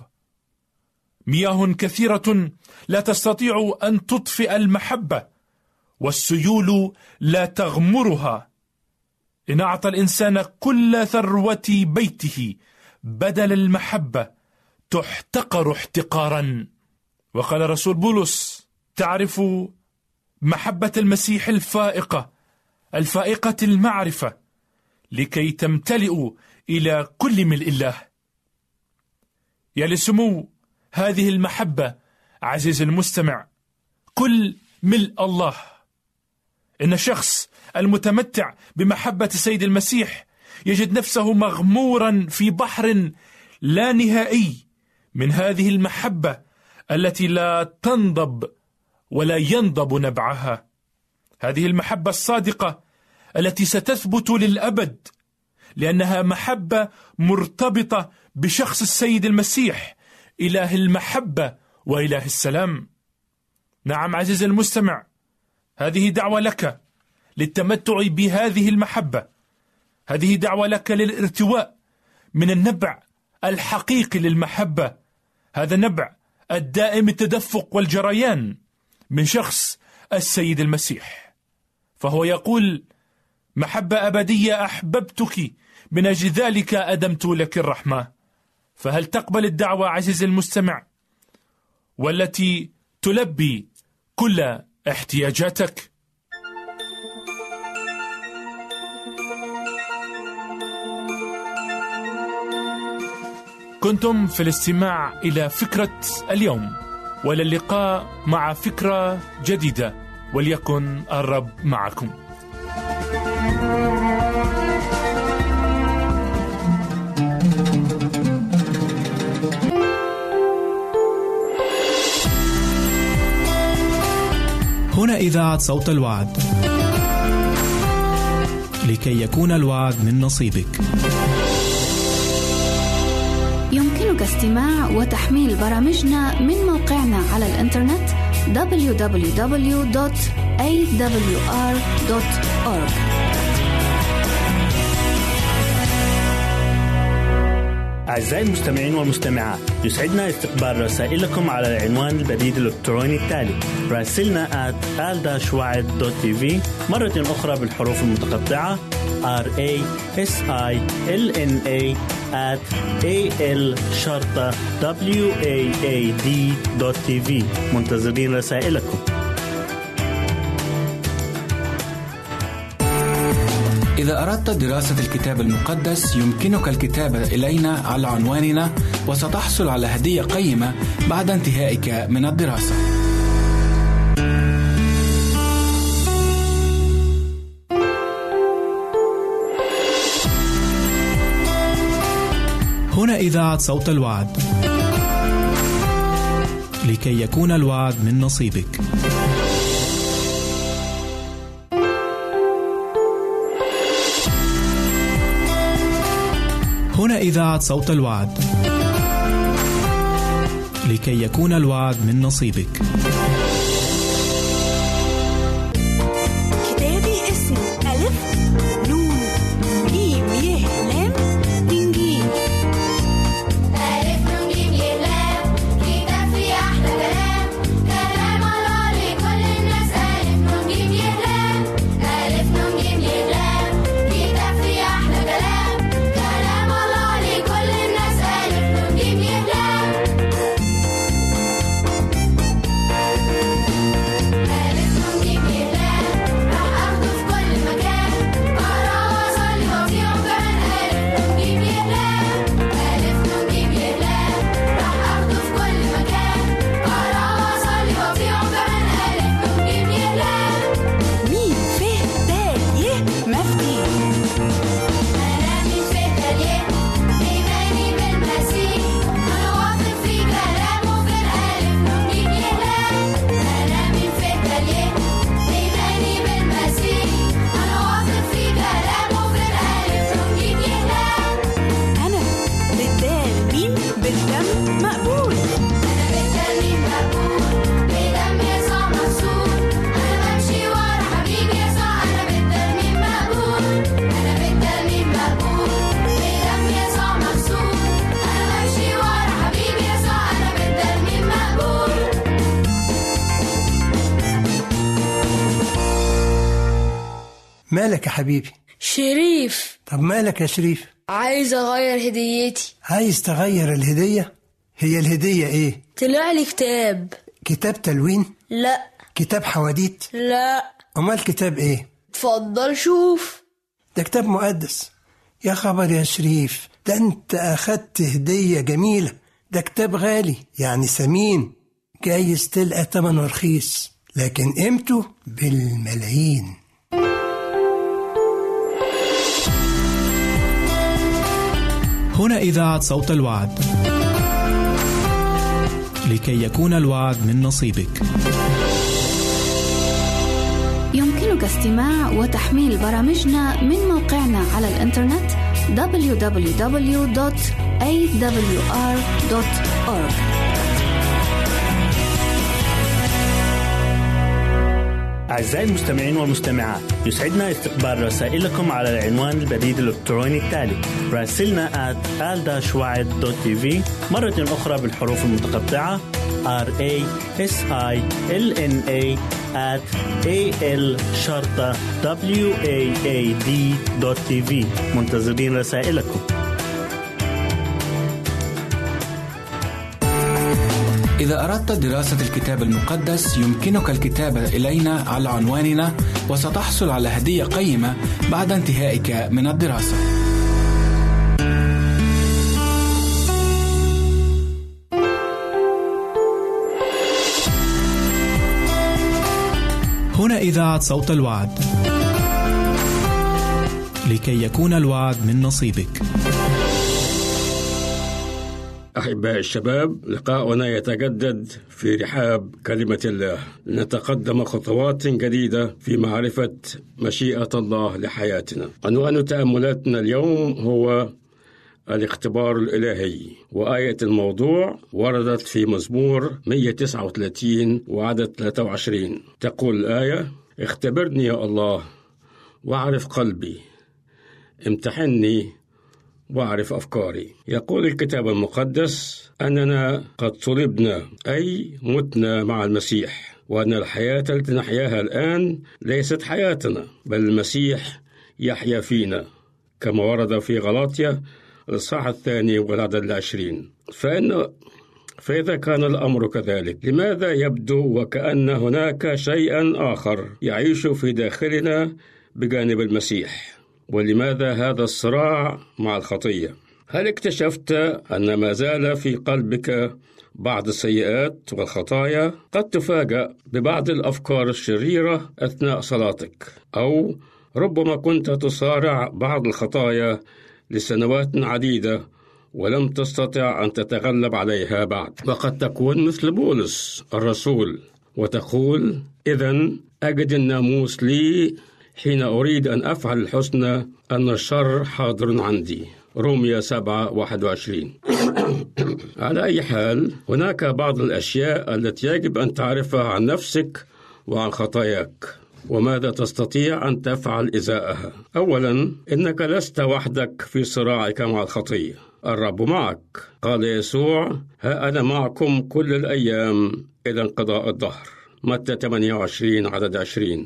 مياه كثيرة لا تستطيع أن تطفئ المحبة، والسيول لا تغمرها. إن أعطى الإنسان كل ثروة بيته بدل المحبة تحتقر احتقارا. وقال رسول بولس: تعرف محبة المسيح الفائقة الفائقة المعرفة لكي تمتلئ إلى كل ملء الله. يا لسمو هذه المحبة عزيز المستمع كل ملء الله. إن الشخص المتمتع بمحبة السيد المسيح يجد نفسه مغمورا في بحر لا نهائي من هذه المحبة التي لا تنضب ولا ينضب نبعها. هذه المحبة الصادقة التي ستثبت للأبد، لأنها محبة مرتبطة بشخص السيد المسيح، إله المحبة وإله السلام. نعم عزيزي المستمع، هذه دعوة لك للتمتع بهذه المحبة، هذه دعوة لك للارتواء من النبع الحقيقي للمحبة، هذا النبع الدائم التدفق والجريان من شخص السيد المسيح. فهو يقول: محبة أبدية أحببتك، من أجل ذلك أدمت لك الرحمة. فهل تقبل الدعوة عزيزي المستمع والتي تلبي كل احتياجاتك؟ كنتم في الاستماع إلى فكرة اليوم، وإلى اللقاء مع فكرة جديدة، وليكن الرب معكم. هنا إذاعة صوت الوعد، لكي يكون الوعد من نصيبك. يمكنك استماع وتحميل برامجنا من موقعنا على الإنترنت دبليو دبليو دبليو دوت إيه دبليو آر دوت أورج. أعزائي المستمعين والمستمعات، يسعدنا استقبال رسائلكم على العنوان البريد الإلكتروني التالي: راسلنا آت آل وعد دوت تي في، مرة أخرى بالحروف المتقطعة آر إيه إس آي إل إن إيه آت إيه إل شرطة دبليو إيه إيه دي دوت تي في. منتظرين رسائلكم. إذا أردت دراسة الكتاب المقدس يمكنك الكتابة إلينا على عنواننا، وستحصل على هدية قيمة بعد انتهائك من الدراسة. هنا إذاعة صوت الوعد، لكي يكون الوعد من نصيبك. هنا إذاعة صوت الوعد. لكي يكون الوعد من نصيبك. كتابي اسمه ألف نون ميم يه لام تنجيم. ألف نون ميم يه لام كتاب فيه أحلى كلام، كلام الله لكل الناس. ألف نون ميم يه لام، ألف نون ميم يه لام كتاب فيه أحلى كلام، كلام الله لكل الناس. ألف نون ميم يه لام. ألف نون ميم يه لام راح أخده في كل مكان، أقرأ وأصلي وأطيعه كمان. ألف نون ميم يه لام، ألف نون ميم يه لام راح أخده في كل مكان، أقرأ وأصلي وأطيعه كمان. ألف نون ميم يه لام. ميم فيه دال يه مفتي. أنا مين في الدليل إيماني بالمسيح، أنا واثق في كلامه في الألف نون ميم يه لام. أنا مين في الدليل إيماني بالمسيح، أنا واثق في كلامه في الألف نون ميم يه لام. أنا بالدال ميم بالدم مقبول. أنا بالدم مقبول بدم يسوع مغسول، أنا بمشي ورا حبيبي يسوع. أنا بالدم مقبول، أنا بالدم مقبول بدم يسوع مغسول، أنا بمشي ورا حبيبي يسوع. أنا بالدم مقبول. مالك يا حبيبي؟ شريف، طب مالك يا شريف؟ عايز أغير هديتي. عايز تغير الهدية؟ هي الهدية ايه؟ طلع لي كتاب. كتاب تلوين؟ لا. كتاب حواديت؟ لا. امال كتاب ايه؟ اتفضل شوف. ده كتاب مقدس. يا خبر يا شريف، ده انت اخدت هدية جميلة. ده كتاب غالي يعني ثمين، جايز تلقى تمنه رخيص لكن قيمته بالملايين. هنا إذاعة صوت الوعد. لكي يكون الوعد من نصيبك. يمكنك استماع وتحميل برامجنا من موقعنا على الإنترنت دبليو دبليو دبليو دوت إيه دبليو آر دوت أورج. أعزائي المستمعين والمستمعات، يسعدنا استقبال رسائلكم على العنوان البريد الإلكتروني التالي: راسلنا آت آل داش وعد دوت تي في، مرة أخرى بالحروف المتقطعة آر إيه إس آي إل إن إيه آت إيه إل شرطة دبليو إيه إيه دي دوت تي في. منتظرين رسائلكم. إذا أردت دراسة الكتاب المقدس يمكنك الكتابة إلينا على عنواننا، وستحصل على هدية قيمة بعد انتهائك من الدراسة. هنا إذاعة صوت الوعد. لكي يكون الوعد من نصيبك. أحباء الشباب، لقاؤنا يتجدد في رحاب كلمة الله، لنتقدم خطوات جديدة في معرفة مشيئة الله لحياتنا. عنوان تأملاتنا اليوم هو الاختبار الإلهي، وآية الموضوع وردت في مزمور مئة وتسعة وثلاثين وعدد ثلاثة وعشرين. تقول الآية: اختبرني يا الله واعرف قلبي، امتحني واعرف أفكاري. يقول الكتاب المقدس أننا قد صلبنا، أي متنا مع المسيح، وأن الحياة التي نحياها الآن ليست حياتنا، بل المسيح يحيا فينا، كما ورد في غلاطيا الإصحاح الثاني والعدد العشرين. فإن فإذا كان الأمر كذلك، لماذا يبدو وكأن هناك شيئا آخر يعيش في داخلنا بجانب المسيح؟ ولماذا هذا الصراع مع الخطية؟ هل اكتشفت أن ما زال في قلبك بعض السيئات والخطايا؟ قد تفاجأ ببعض الأفكار الشريرة أثناء صلاتك، أو ربما كنت تصارع بعض الخطايا لسنوات عديدة ولم تستطع أن تتغلب عليها بعد. وقد تكون مثل بولس الرسول وتقول: إذن أجد الناموس لي حين أريد أن أفعل الحسنى أن الشر حاضر عندي. رومية سبعة واحد وعشرين. على أي حال، هناك بعض الأشياء التي يجب أن تعرفها عن نفسك وعن خطاياك، وماذا تستطيع أن تفعل إزاءها. أولا، إنك لست وحدك في صراعك مع الخطية، الرب معك. قال يسوع: ها أنا معكم كل الأيام إلى انقضاء الدهر. متى ثمانية وعشرين عدد عشرين.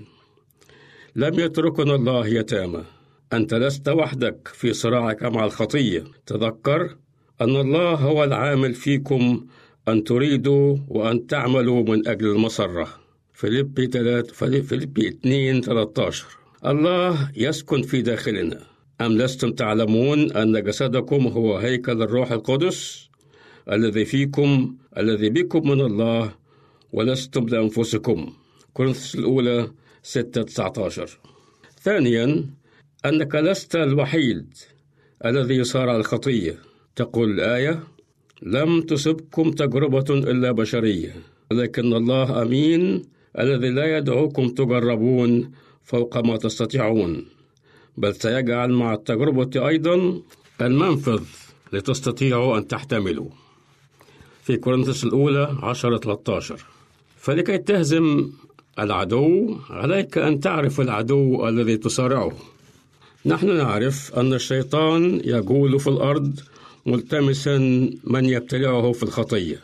لم يتركنا الله يتامى. أنت لست وحدك في صراعك مع الخطية. تذكر أن الله هو العامل فيكم أن تريدوا وأن تعملوا من أجل المسرة. فيليبي ثلاثة فيليبي اثنين ثلاثة عشر. الله يسكن في داخلنا. أم لستم تعلمون أن جسدكم هو هيكل الروح القدس الذي فيكم الذي بكم من الله ولستم لأنفسكم. كورنثوس الأولى ستة تسعة عشر. ثانيا، أنك لست الوحيد الذي يصارع الخطية. تقول الآية: لم تصبكم تجربة إلا بشرية، ولكن الله أمين الذي لا يدعوكم تجربون فوق ما تستطيعون، بل سيجعل مع التجربة أيضا المنفذ لتستطيعوا أن تحتملوا. في كورنثوس الأولى عشرة ثلاثة عشر. فلكي تهزم العدو عليك أن تعرف العدو الذي تصارعه. نحن نعرف أن الشيطان يجول في الأرض ملتمسا من يبتلعه في الخطية،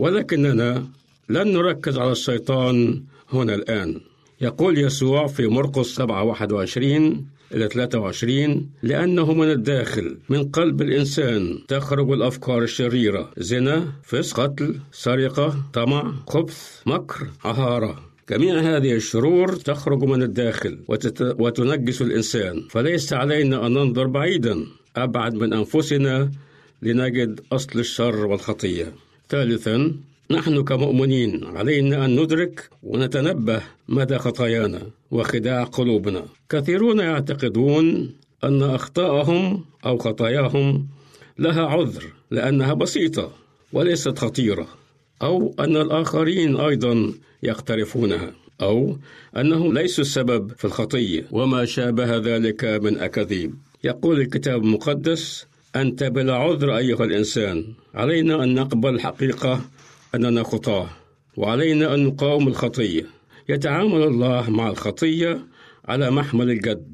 ولكننا لن نركز على الشيطان هنا الآن. يقول يسوع في مرقس سبعة واحد وعشرين إلى ثلاثة وعشرين: لأنه من الداخل من قلب الإنسان تخرج الأفكار الشريرة، زنا، فسق، قتل، سرقة، طمع، خبث، مكر، عهارة. جميع هذه الشرور تخرج من الداخل وتت... وتنجس الإنسان. فليس علينا أن ننظر بعيدا أبعد من أنفسنا لنجد أصل الشر والخطية. ثالثا، نحن كمؤمنين علينا أن ندرك ونتنبه مدى خطايانا وخداع قلوبنا. كثيرون يعتقدون أن أخطاءهم أو خطاياهم لها عذر لأنها بسيطة وليست خطيرة، أو أن الآخرين أيضا يقترفونها، أو أنهم ليسوا السبب في الخطية وما شابه ذلك من أكاذيب. يقول الكتاب المقدس: أنت بلا عذر أيها الإنسان. علينا أن نقبل الحقيقة أننا خطاة، وعلينا أن نقاوم الخطية. يتعامل الله مع الخطية على محمل الجد،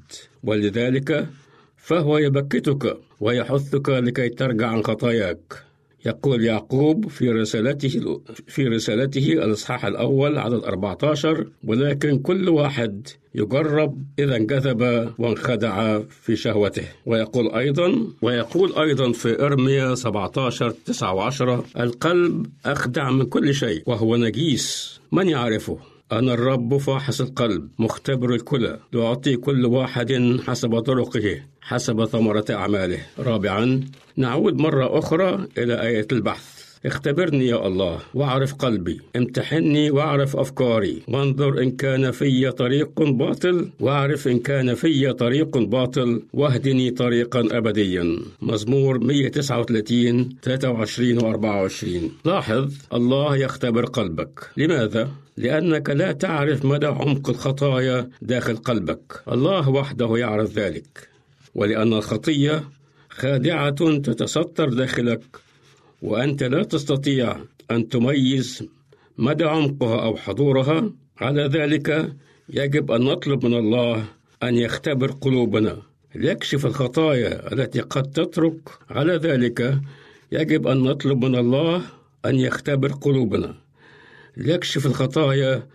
ولذلك فهو يبكتك ويحثك لكي ترجع عن خطاياك. يقول يعقوب في رسالته في رسالته الإصحاح الأول عدد أربعة عشر: ولكن كل واحد يجرب إذا انجذب وانخدع في شهوته. ويقول أيضا ويقول أيضا في إرميا سبعة عشر تسعة وعشرة: القلب أخدع من كل شيء وهو نجيس، من يعرفه؟ أنا الرب فاحص القلب مختبر الكلى، لأعطي كل واحد حسب طرقه حسب ثمرة أعماله. رابعا، نعود مرة أخرى إلى آية البحث: اختبرني يا الله واعرف قلبي، امتحني واعرف أفكاري، وانظر إن كان في طريق باطل واعرف إن كان في طريق باطل واهدني طريقا أبديا. مزمور مئة وتسعة وثلاثين ثلاثة وعشرين وأربعة وعشرين. لاحظ، الله يختبر قلبك. لماذا؟ لأنك لا تعرف مدى عمق الخطايا داخل قلبك. الله وحده يعرف ذلك. ولأن الخطية خادعة تتستر داخلك، وأنت لا تستطيع أن تميز مدى عمقها أو حضورها، على ذلك يجب أن نطلب من الله أن يختبر قلوبنا ليكشف الخطايا التي قد تترك. على ذلك يجب أن نطلب من الله أن يختبر قلوبنا ليكشف الخطايا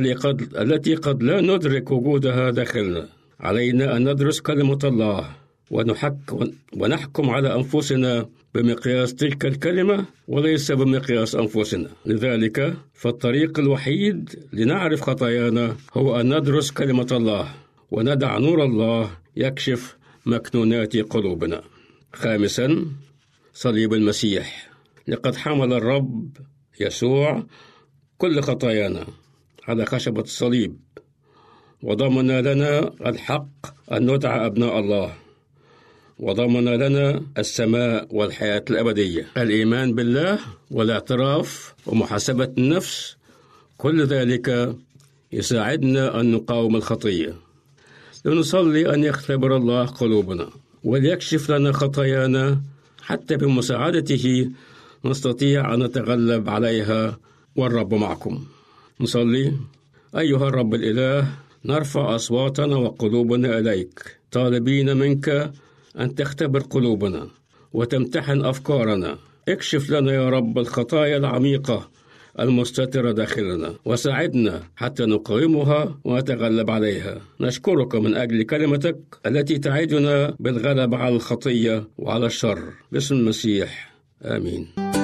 التي قد لا ندرك وجودها داخلنا. علينا أن ندرس كلمة الله ونحك ونحكم على أنفسنا بمقياس تلك الكلمة وليس بمقياس أنفسنا. لذلك فالطريق الوحيد لنعرف خطايانا هو أن ندرس كلمة الله وندع نور الله يكشف مكنونات قلوبنا. خامسا، صليب المسيح. لقد حمل الرب يسوع كل خطايانا على خشبة الصليب، وضمن لنا الحق أن ندعى أبناء الله، وضمن لنا السماء والحياة الأبدية. الإيمان بالله والاعتراف ومحاسبة النفس، كل ذلك يساعدنا أن نقاوم الخطية. لنصلي أن يختبر الله قلوبنا وليكشف لنا خطايانا حتى بمساعدته نستطيع أن نتغلب عليها، والرب معكم. نصلي. أيها الرب الإله، نرفع أصواتنا وقلوبنا إليك طالبين منك أن تختبر قلوبنا وتمتحن أفكارنا. اكشف لنا يا رب الخطايا العميقة المستترة داخلنا، وساعدنا حتى نقاومها ونتغلب عليها. نشكرك من أجل كلمتك التي تعيدنا بالغلبة على الخطية وعلى الشر، باسم المسيح، آمين.